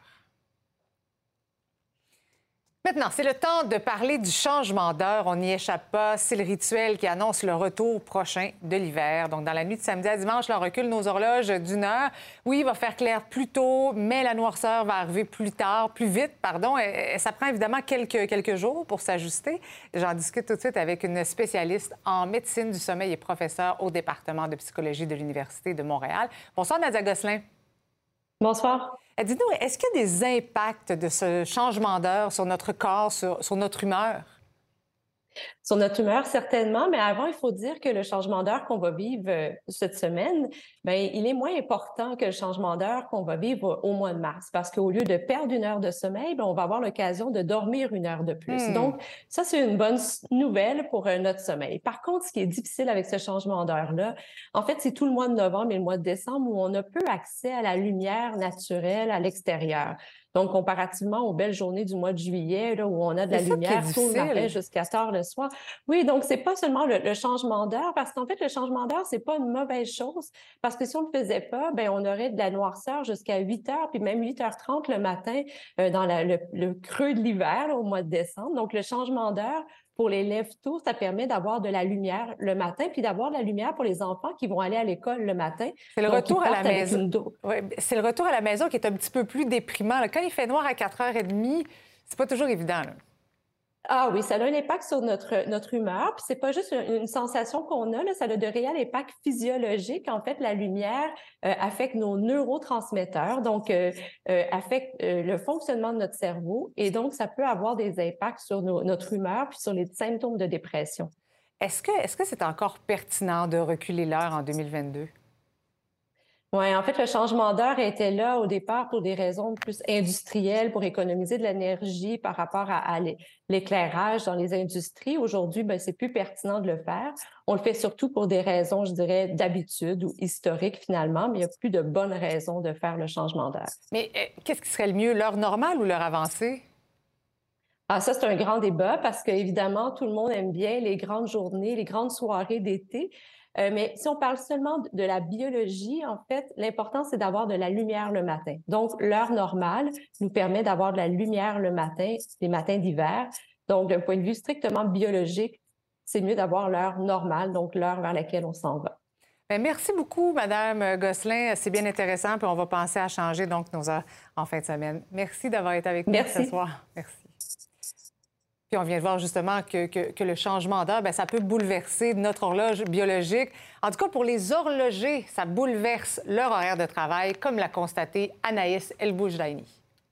Maintenant, c'est le temps de parler du changement d'heure. On n'y échappe pas. C'est le rituel qui annonce le retour prochain de l'hiver. Donc, dans la nuit de samedi à dimanche, là, on recule nos horloges d'1 heure. Oui, il va faire clair plus tôt, mais la noirceur va arriver plus vite, pardon. Et ça prend évidemment quelques jours pour s'ajuster. J'en discute tout de suite avec une spécialiste en médecine du sommeil et professeure au département de psychologie de l'Université de Montréal. Bonsoir, Nadia Gosselin. Bonsoir. Dites-nous, est-ce qu'il y a des impacts de ce changement d'heure sur notre corps, sur notre humeur? Sur notre humeur, certainement, mais avant, il faut dire que le changement d'heure qu'on va vivre cette semaine, bien, il est moins important que le changement d'heure qu'on va vivre au mois de mars, parce qu'au lieu de perdre 1 heure de sommeil, bien, on va avoir l'occasion de dormir 1 heure de plus. Donc, ça, c'est une bonne nouvelle pour notre sommeil. Par contre, ce qui est difficile avec ce changement d'heure-là, en fait, c'est tout le mois de novembre et le mois de décembre où on a peu accès à la lumière naturelle à l'extérieur. Donc, comparativement aux belles journées du mois de juillet, là, où on a de la lumière tôt le matin jusqu'à tard le soir. Oui, donc c'est pas seulement le changement d'heure, parce qu'en fait, le changement d'heure, c'est pas une mauvaise chose, parce que si on le faisait pas, bien, on aurait de la noirceur jusqu'à 8 heures, puis même 8h30 le matin dans le creux de l'hiver, là, au mois de décembre. Donc, le changement d'heure, pour les lève-tôt, ça permet d'avoir de la lumière le matin, puis d'avoir de la lumière pour les enfants qui vont aller à l'école le matin. C'est le retour à la maison. Oui, c'est le retour à la maison qui est un petit peu plus déprimant. Quand il fait noir à 4h30, c'est pas toujours évident. Là. Ah oui, ça a un impact sur notre humeur. Puis c'est pas juste une sensation qu'on a, là, ça a de réels impacts physiologiques. En fait, la lumière affecte nos neurotransmetteurs, donc affecte le fonctionnement de notre cerveau. Et donc, ça peut avoir des impacts sur notre humeur puis sur les symptômes de dépression. Est-ce que c'est encore pertinent de reculer l'heure en 2022? Oui, en fait, le changement d'heure était là au départ pour des raisons plus industrielles, pour économiser de l'énergie par rapport à l'éclairage dans les industries. Aujourd'hui, c'est plus pertinent de le faire. On le fait surtout pour des raisons, je dirais, d'habitude ou historiques finalement, mais il n'y a plus de bonnes raisons de faire le changement d'heure. Mais qu'est-ce qui serait le mieux, l'heure normale ou l'heure avancée? Ah, ça, c'est un grand débat parce qu'évidemment, tout le monde aime bien les grandes journées, les grandes soirées d'été. Mais si on parle seulement de la biologie, en fait, l'important, c'est d'avoir de la lumière le matin. Donc, l'heure normale nous permet d'avoir de la lumière le matin, les matins d'hiver. Donc, d'un point de vue strictement biologique, c'est mieux d'avoir l'heure normale, donc l'heure vers laquelle on s'en va. Bien, merci beaucoup, Mme Gosselin. C'est bien intéressant, puis on va penser à changer donc nos heures en fin de semaine. Merci d'avoir été avec nous ce soir. Merci. Puis on vient de voir justement que le changement d'heure, ça peut bouleverser notre horloge biologique. En tout cas, pour les horlogers, ça bouleverse leur horaire de travail, comme l'a constaté Anaïs El-Boujdaini.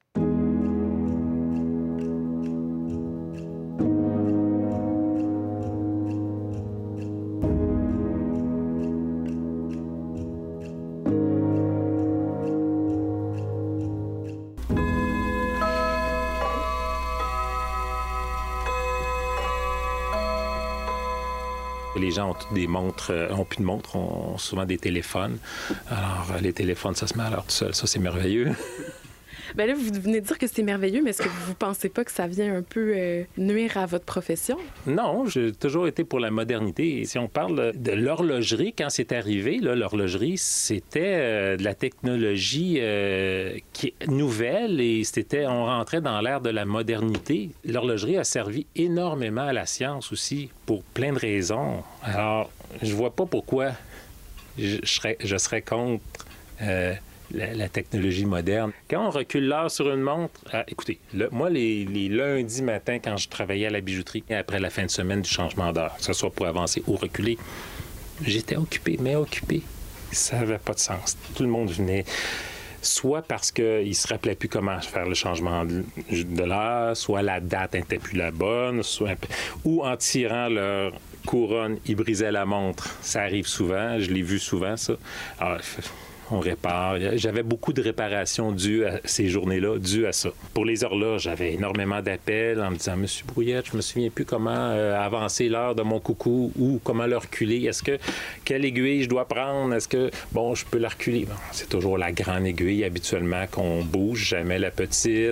Les gens ont toutes des montres, ont plus de montres, ont souvent des téléphones. Alors, les téléphones, ça se met à l'heure tout seul. Ça, c'est merveilleux. Bien là, vous venez de dire que c'est merveilleux, mais est-ce que vous ne pensez pas que ça vient un peu nuire à votre profession? Non, j'ai toujours été pour la modernité. Et si on parle de l'horlogerie, quand c'est arrivé, là, l'horlogerie, c'était de la technologie qui est nouvelle et on rentrait dans l'ère de la modernité. L'horlogerie a servi énormément à la science aussi, pour plein de raisons. Alors, je vois pas pourquoi je serais contre la technologie moderne. Quand on recule l'heure sur une montre, écoutez, moi, les lundis matins, quand je travaillais à la bijouterie, après la fin de semaine du changement d'heure, que ce soit pour avancer ou reculer, j'étais occupé. Ça n'avait pas de sens. Tout le monde venait, soit parce qu'ils ne se rappelaient plus comment faire le changement de l'heure, soit la date n'était plus la bonne, ou en tirant leur couronne, ils brisaient la montre. Ça arrive souvent, je l'ai vu souvent, ça. Alors, on répare. J'avais beaucoup de réparations dues à ces journées-là, dues à ça. Pour les horloges, j'avais énormément d'appels en me disant « Monsieur Brouillette, je me souviens plus comment avancer l'heure de mon coucou ou comment le reculer. Quelle aiguille je dois prendre? Est-ce que, je peux la reculer? » Bon, c'est toujours la grande aiguille habituellement qu'on bouge, jamais la petite.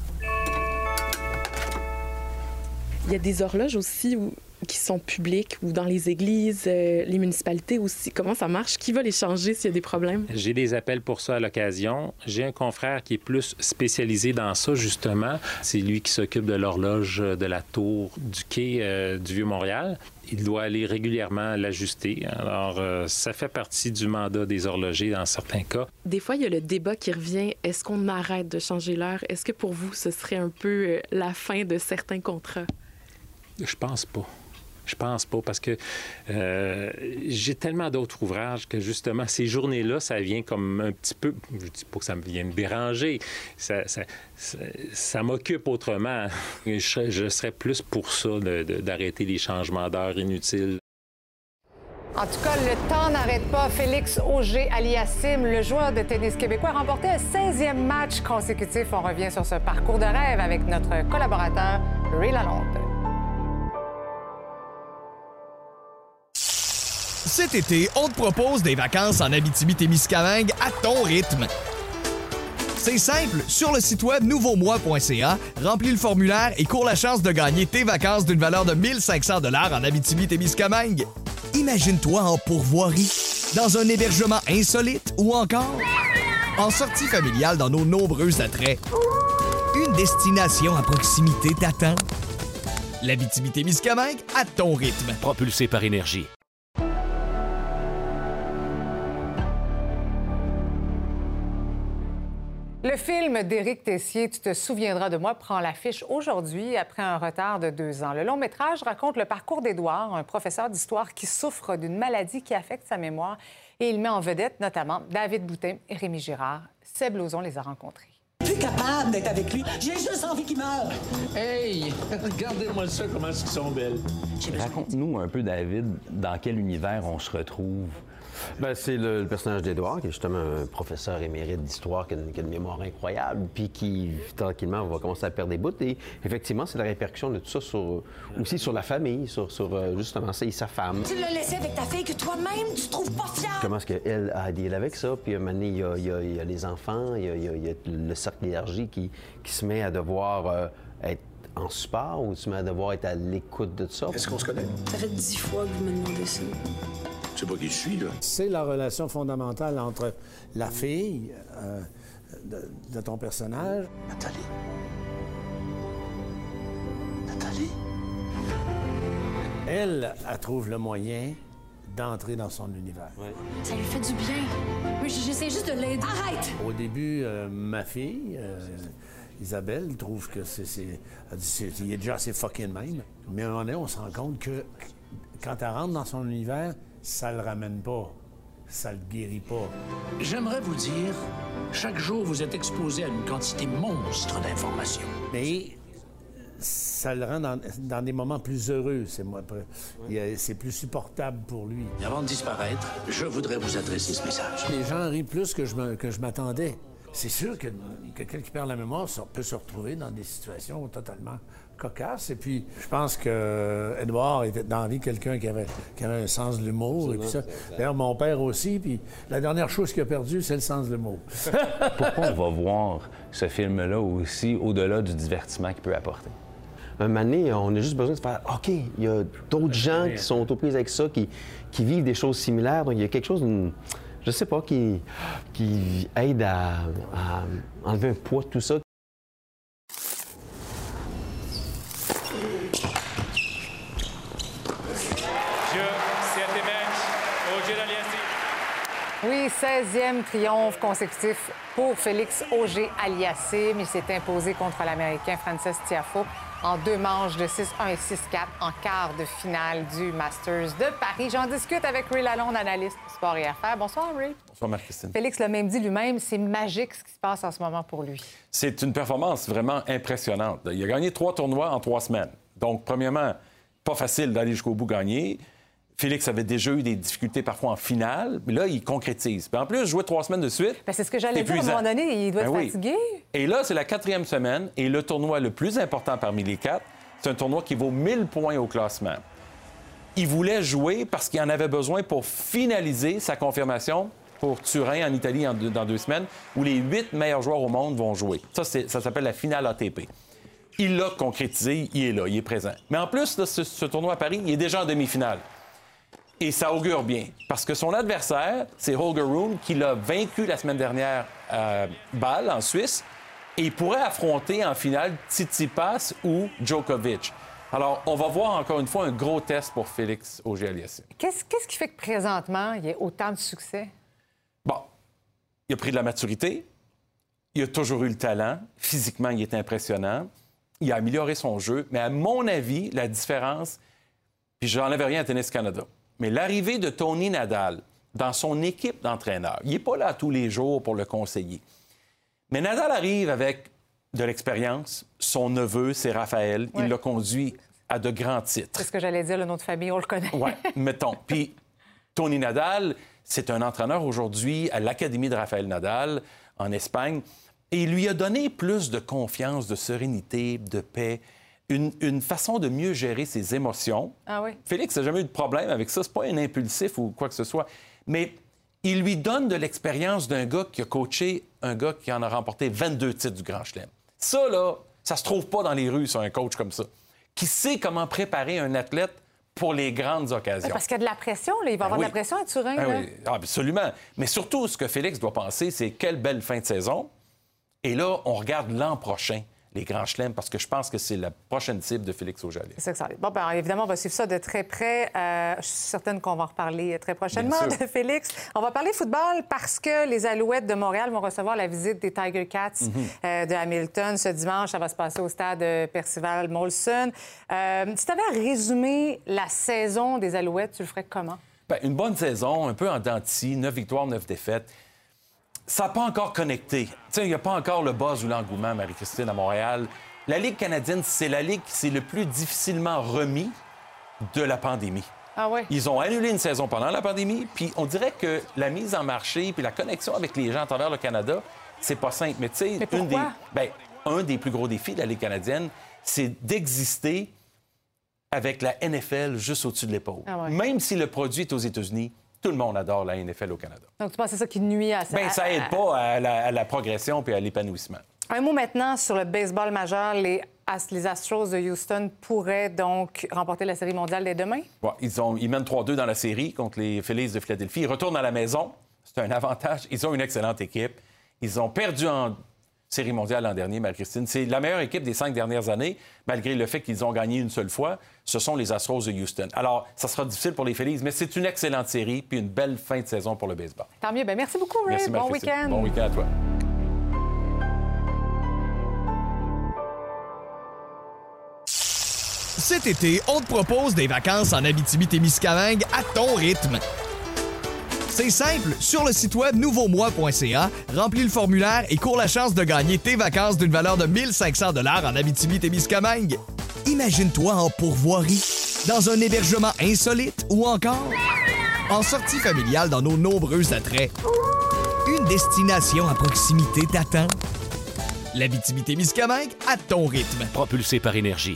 Il y a des horloges aussi qui sont publiques ou dans les églises, les municipalités aussi. Comment ça marche? Qui va les changer s'il y a des problèmes? J'ai des appels pour ça à l'occasion. J'ai un confrère qui est plus spécialisé dans ça, justement. C'est lui qui s'occupe de l'horloge de la tour du quai du Vieux-Montréal. Il doit aller régulièrement l'ajuster. Alors, ça fait partie du mandat des horlogers dans certains cas. Des fois, il y a le débat qui revient. Est-ce qu'on arrête de changer l'heure? Est-ce que pour vous, ce serait un peu la fin de certains contrats? Je pense pas. Je pense pas, parce que j'ai tellement d'autres ouvrages que, justement, ces journées-là, ça vient comme un petit peu... Je dis pas que ça me vient me déranger. Ça m'occupe autrement. Je serais plus pour ça, d'arrêter les changements d'heure inutiles. En tout cas, le temps n'arrête pas. Félix Auger-Aliassime, le joueur de tennis québécois, a remporté un 16e match consécutif. On revient sur ce parcours de rêve avec notre collaborateur Ray Lalonde. Cet été, on te propose des vacances en Abitibi-Témiscamingue à ton rythme. C'est simple, sur le site web nouveaumois.ca, remplis le formulaire et cours la chance de gagner tes vacances d'une valeur de 1 500 $ en Abitibi-Témiscamingue. Imagine-toi en pourvoirie, dans un hébergement insolite ou encore en sortie familiale dans nos nombreux attraits. Une destination à proximité t'attend. L'Abitibi-Témiscamingue à ton rythme. Propulsé par Énergie. Le film d'Éric Tessier, Tu te souviendras de moi, prend l'affiche aujourd'hui après un retard de 2 ans. Le long-métrage raconte le parcours d'Édouard, un professeur d'histoire qui souffre d'une maladie qui affecte sa mémoire. Et il met en vedette notamment David Boutin et Rémi Girard. Seb Lauzon les a rencontrés. Plus capable d'être avec lui. J'ai juste envie qu'il meure. Hey, regardez-moi ça, comment elles sont belles. Raconte-nous un peu, David, dans quel univers on se retrouve. Bien, c'est le personnage d'Édouard, qui est justement un professeur émérite d'histoire qui a une mémoire incroyable, puis qui, tranquillement, va commencer à perdre des bouts. Et effectivement, c'est la répercussion de tout ça aussi sur la famille, sur justement ça et sa femme. Tu l'as laissé avec ta fille que toi-même, tu trouves pas fiable. Comment est-ce qu'elle a deal avec ça? Puis à un moment donné, il y a les enfants, il y a le cercle d'énergie qui se met à devoir être en support ou se met à devoir être à l'écoute de ça. Est-ce qu'on se connaît? Ça fait 10 fois que vous me demandez ça. Je sais pas qui je suis, là. C'est la relation fondamentale entre la fille de ton personnage. Nathalie. Elle trouve le moyen d'entrer dans son univers. Ouais. Ça lui fait du bien. Oui, j'essaie juste de l'aider. Arrête! Au début, ma fille, Isabelle, trouve que il est déjà assez fucking même. Mais à un moment donné, on se rend compte que quand elle rentre dans son univers, ça le ramène pas. Ça le guérit pas. J'aimerais vous dire, chaque jour, vous êtes exposé à une quantité monstre d'informations. Mais ça le rend dans des moments plus heureux. C'est plus supportable pour lui. Et avant de disparaître, je voudrais vous adresser ce message. Les gens rient plus que je m'attendais. C'est sûr que quelqu'un qui perd la mémoire peut se retrouver dans des situations totalement cocasses. Et puis, je pense que Édouard était dans la vie quelqu'un qui avait un sens de l'humour. Et puis ça. D'ailleurs, mon père aussi. Puis la dernière chose qu'il a perdue, c'est le sens de l'humour. Pourquoi on va voir ce film-là aussi au-delà du divertissement qu'il peut apporter? Un moment donné, on a juste besoin de faire « OK, il y a d'autres gens qui sont aux prises avec ça, qui vivent des choses similaires. » Donc, il y a quelque chose, je sais pas, qui aide à enlever un poids de tout ça. Oui, 16e triomphe consécutif pour Félix Auger-Aliassime. Il s'est imposé contre l'Américain Frances Tiafoe en 2 manches de 6-1 et 6-4 en quart de finale du Masters de Paris. J'en discute avec Ray Lalonde, analyste sport et affaires. Bonsoir, Ray. Bonsoir, Marie-Christine. Félix l'a même dit lui-même, c'est magique ce qui se passe en ce moment pour lui. C'est une performance vraiment impressionnante. Il a gagné 3 tournois en 3 semaines. Donc, premièrement, pas facile d'aller jusqu'au bout gagner. Félix avait déjà eu des difficultés parfois en finale, mais là, il concrétise. Puis en plus, jouer 3 semaines de suite. Bien, c'est ce que j'allais dire à un moment donné, il doit être fatigué. Et là, c'est la 4e semaine et le tournoi le plus important parmi les 4, c'est un tournoi qui vaut 1000 points au classement. Il voulait jouer parce qu'il en avait besoin pour finaliser sa confirmation pour Turin, en Italie, dans 2 semaines, où les 8 meilleurs joueurs au monde vont jouer. Ça s'appelle la finale ATP. Il l'a concrétisé, il est là, il est présent. Mais en plus, là, ce tournoi à Paris, il est déjà en demi-finale. Et ça augure bien, parce que son adversaire, c'est Holger Rune, qui l'a vaincu la semaine dernière à Bâle, en Suisse, et il pourrait affronter en finale Tsitsipas ou Djokovic. Alors, on va voir encore une fois un gros test pour Félix Auger-Aliassime. Qu'est-ce qui fait que présentement, il y ait autant de succès? Bon, il a pris de la maturité, il a toujours eu le talent, physiquement, il est impressionnant, il a amélioré son jeu, mais à mon avis, la différence, puis j'enlève rien à Tennis Canada, mais l'arrivée de Tony Nadal dans son équipe d'entraîneurs, il n'est pas là tous les jours pour le conseiller. Mais Nadal arrive avec de l'expérience. Son neveu, c'est Raphaël. Oui. Il l'a conduit à de grands titres. C'est ce que j'allais dire, le nom de famille, on le connaît. Oui, mettons. Puis Tony Nadal, c'est un entraîneur aujourd'hui à l'Académie de Raphaël Nadal en Espagne. Et il lui a donné plus de confiance, de sérénité, de paix. Une façon de mieux gérer ses émotions. Ah oui? Félix n'a jamais eu de problème avec ça. C'est pas un impulsif ou quoi que ce soit. Mais il lui donne de l'expérience d'un gars qui a coaché un gars qui en a remporté 22 titres du Grand Chelem. Ça, là, ça se trouve pas dans les rues sur un coach comme ça. Qui sait comment préparer un athlète pour les grandes occasions. Parce qu'il y a de la pression, là. Il va y avoir de la pression à Turin. Oui, absolument. Mais surtout, ce que Félix doit penser, c'est quelle belle fin de saison. Et là, on regarde l'an prochain. les grands chelems, parce que je pense que c'est la prochaine cible de Félix Auger-Aliassime. C'est ça. Bon, bien, évidemment, on va suivre ça de très près. Je suis certaine qu'on va en reparler très prochainement de Félix. On va parler football parce que les Alouettes de Montréal vont recevoir la visite des Tiger Cats de Hamilton ce dimanche. Ça va se passer au stade Percival Molson. Si tu avais à résumer la saison des Alouettes, tu le ferais comment? Bien, une bonne saison, un peu en dents de scie, 9 victoires, 9 défaites. Ça n'a pas encore connecté. Il n'y a pas encore le buzz ou l'engouement, Marie-Christine, à Montréal. La Ligue canadienne, c'est la Ligue qui s'est le plus difficilement remis de la pandémie. Ah ouais? Ils ont annulé une saison pendant la pandémie, puis on dirait que la mise en marché puis la connexion avec les gens à travers le Canada, c'est pas simple. Mais tu sais, un des plus gros défis de la Ligue canadienne, c'est d'exister avec la NFL juste au-dessus de l'épaule. Ah ouais. Même si le produit est aux États-Unis, tout le monde adore la NFL au Canada. Donc, tu penses que c'est ça qui nuit à ça? Bien, ça aide pas à la progression puis à l'épanouissement. Un mot maintenant sur le baseball majeur. Les Astros de Houston pourraient donc remporter la Série mondiale dès demain? Bon, ils mènent 3-2 dans la série contre les Phillies de Philadelphie. Ils retournent à la maison. C'est un avantage. Ils ont une excellente équipe. Ils ont perdu en Série mondiale l'an dernier, Marie-Christine. C'est la meilleure équipe des 5 dernières années, malgré le fait qu'ils ont gagné une seule fois. Ce sont les Astros de Houston. Alors, ça sera difficile pour les Phillies, mais c'est une excellente série puis une belle fin de saison pour le baseball. Tant mieux. Bien, merci beaucoup, Ray. Merci, bon week-end. Bon week-end à toi. Cet été, on te propose des vacances en Abitibi-Témiscamingue à ton rythme. C'est simple, sur le site web nouveaumois.ca, remplis le formulaire et cours la chance de gagner tes vacances d'une valeur de 1 500 $ en Abitibi-Témiscamingue. Imagine-toi en pourvoirie, dans un hébergement insolite ou encore en sortie familiale dans nos nombreux attraits. Une destination à proximité t'attend. L'Abitibi-Témiscamingue à ton rythme. Propulsé par Énergie.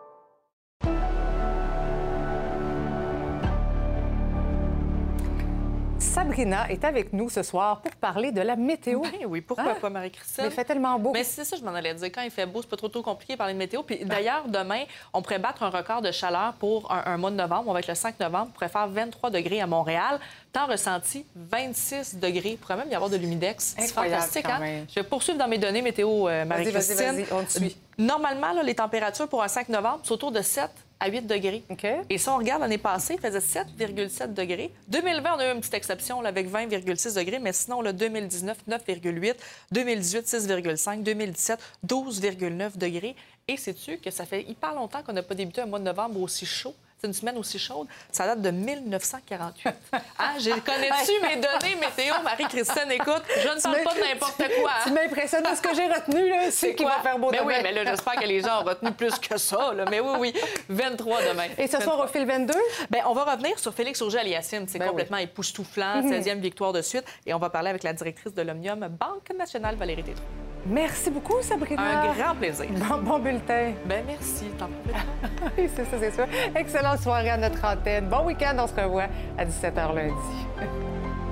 Sabrina est avec nous ce soir pour parler de la météo. Ben oui, pourquoi pas, Marie-Christine? Il fait tellement beau. Mais c'est ça, je m'en allais dire. Quand il fait beau, c'est pas trop compliqué de parler de météo. Puis d'ailleurs, demain, on pourrait battre un record de chaleur pour un mois de novembre. On va être le 5 novembre. On pourrait faire 23 degrés à Montréal. Temps ressenti, 26 degrés. Il pourrait même y avoir de l'humidex. C'est fantastique, hein? Je vais poursuivre dans mes données météo, Marie-Christine. Vas-y, on te suit. Normalement, là, les températures pour un 5 novembre, c'est autour de 7 à 8 degrés. Okay. Et si on regarde l'année passée, il faisait 7,7 degrés. 2020, on a eu une petite exception là, avec 20,6 degrés, mais sinon, là, 2019, 9,8, 2018, 6,5, 2017, 12,9 degrés. Et sais-tu que ça fait hyper longtemps qu'on n'a pas débuté un mois de novembre aussi chaud? C'est une semaine aussi chaude. Ça date de 1948. Hein? Connais-tu mes données météo, Marie-Christine? Écoute, je ne parle pas de n'importe quoi. Hein? Tu m'impressionnes. Ce que j'ai retenu, là, c'est qu'il va faire beau demain. Oui, mais là, j'espère que les gens ont retenu plus que ça. Là. Mais oui, 23 demain. Et ce soir, on refait le 22? Bien, on va revenir sur Félix Auger-Aliassime. C'est complètement époustouflant, 16e victoire de suite. Et on va parler avec la directrice de l'Omnium Banque nationale, Valérie Tétrault. Merci beaucoup, Sabrina. Un grand plaisir. Bon bulletin. Bien, merci. Tant pis. Oui, c'est ça, c'est sûr. Excellente soirée à notre antenne. Bon week-end. On se revoit à 17h lundi.